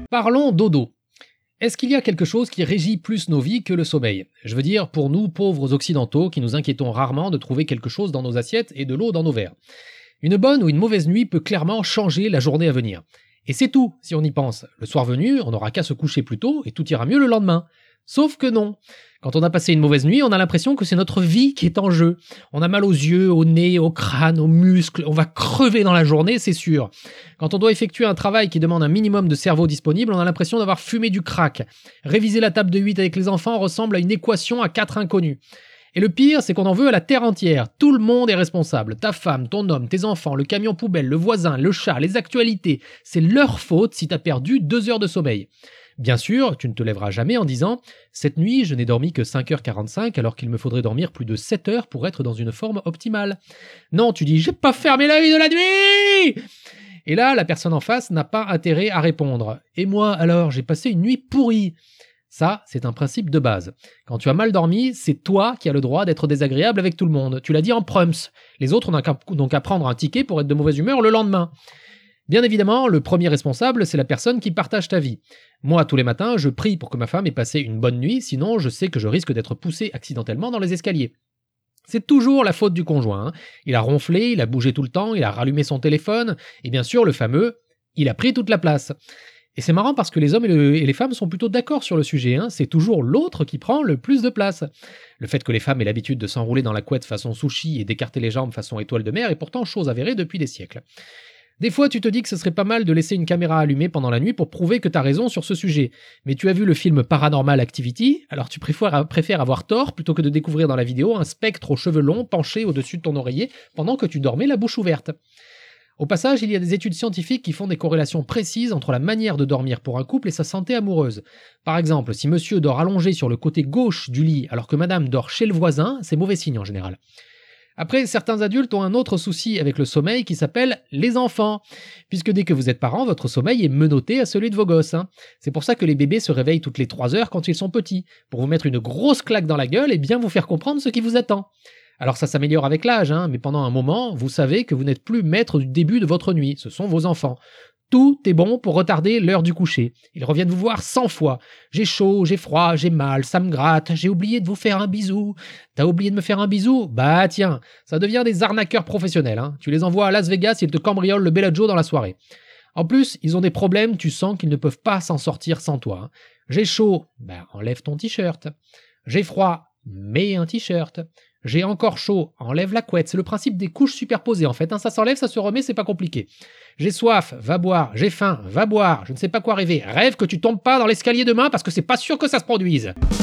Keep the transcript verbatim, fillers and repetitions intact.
Parlons dodo. Est-ce qu'il y a quelque chose qui régit plus nos vies que le sommeil? Je veux dire, pour nous, pauvres occidentaux, qui nous inquiétons rarement de trouver quelque chose dans nos assiettes et de l'eau dans nos verres. Une bonne ou une mauvaise nuit peut clairement changer la journée à venir. Et c'est tout, si on y pense. Le soir venu, on n'aura qu'à se coucher plus tôt et tout ira mieux le lendemain. Sauf que non. Quand on a passé une mauvaise nuit, on a l'impression que c'est notre vie qui est en jeu. On a mal aux yeux, au nez, au crâne, aux muscles, on va crever dans la journée, c'est sûr. Quand on doit effectuer un travail qui demande un minimum de cerveau disponible, on a l'impression d'avoir fumé du crack. Réviser la table de huit avec les enfants ressemble à une équation à quatre inconnus. Et le pire, c'est qu'on en veut à la terre entière. Tout le monde est responsable. Ta femme, ton homme, tes enfants, le camion poubelle, le voisin, le chat, les actualités. C'est leur faute si t'as perdu deux heures de sommeil. Bien sûr, tu ne te lèveras jamais en disant « Cette nuit, je n'ai dormi que cinq heures quarante-cinq alors qu'il me faudrait dormir plus de sept heures pour être dans une forme optimale. » Non, tu dis « J'ai pas fermé l'œil de la nuit !» Et là, la personne en face n'a pas intérêt à répondre. « Et moi, alors, j'ai passé une nuit pourrie !» Ça, c'est un principe de base. Quand tu as mal dormi, c'est toi qui as le droit d'être désagréable avec tout le monde. Tu l'as dit en prums. Les autres n'ont donc qu'à prendre un ticket pour être de mauvaise humeur le lendemain. Bien évidemment, le premier responsable, c'est la personne qui partage ta vie. Moi, tous les matins, je prie pour que ma femme ait passé une bonne nuit, sinon je sais que je risque d'être poussé accidentellement dans les escaliers. C'est toujours la faute du conjoint. Hein. Il a ronflé, il a bougé tout le temps, il a rallumé son téléphone, et bien sûr, le fameux « il a pris toute la place ». Et c'est marrant parce que les hommes et, le, et les femmes sont plutôt d'accord sur le sujet, hein. C'est toujours l'autre qui prend le plus de place. Le fait que les femmes aient l'habitude de s'enrouler dans la couette façon sushi et d'écarter les jambes façon étoile de mer est pourtant chose avérée depuis des siècles. Des fois, tu te dis que ce serait pas mal de laisser une caméra allumée pendant la nuit pour prouver que t'as raison sur ce sujet. Mais tu as vu le film Paranormal Activity, alors tu préfères, préfères avoir tort plutôt que de découvrir dans la vidéo un spectre aux cheveux longs penché au-dessus de ton oreiller pendant que tu dormais la bouche ouverte. Au passage, il y a des études scientifiques qui font des corrélations précises entre la manière de dormir pour un couple et sa santé amoureuse. Par exemple, si monsieur dort allongé sur le côté gauche du lit alors que madame dort chez le voisin, c'est mauvais signe en général. Après, certains adultes ont un autre souci avec le sommeil qui s'appelle les enfants, puisque dès que vous êtes parent, votre sommeil est menotté à celui de vos gosses. Hein. C'est pour ça que les bébés se réveillent toutes les trois heures quand ils sont petits, pour vous mettre une grosse claque dans la gueule et bien vous faire comprendre ce qui vous attend. Alors ça s'améliore avec l'âge, hein, mais pendant un moment, vous savez que vous n'êtes plus maître du début de votre nuit, ce sont vos enfants. Tout est bon pour retarder l'heure du coucher. Ils reviennent vous voir cent fois. J'ai chaud, j'ai froid, j'ai mal, ça me gratte, j'ai oublié de vous faire un bisou. T'as oublié de me faire un bisou? Bah tiens, ça devient des arnaqueurs professionnels. Hein. Tu les envoies à Las Vegas et ils te cambriolent le Bellagio dans la soirée. En plus, ils ont des problèmes, tu sens qu'ils ne peuvent pas s'en sortir sans toi. Hein. J'ai chaud, bah enlève ton t-shirt. J'ai froid, mets un t-shirt. J'ai encore chaud, enlève la couette. C'est le principe des couches superposées en fait. Hein. Ça s'enlève, ça se remet, c'est pas compliqué. J'ai soif, va boire. J'ai faim, va boire. Je ne sais pas quoi rêver. Rêve que tu tombes pas dans l'escalier demain parce que c'est pas sûr que ça se produise.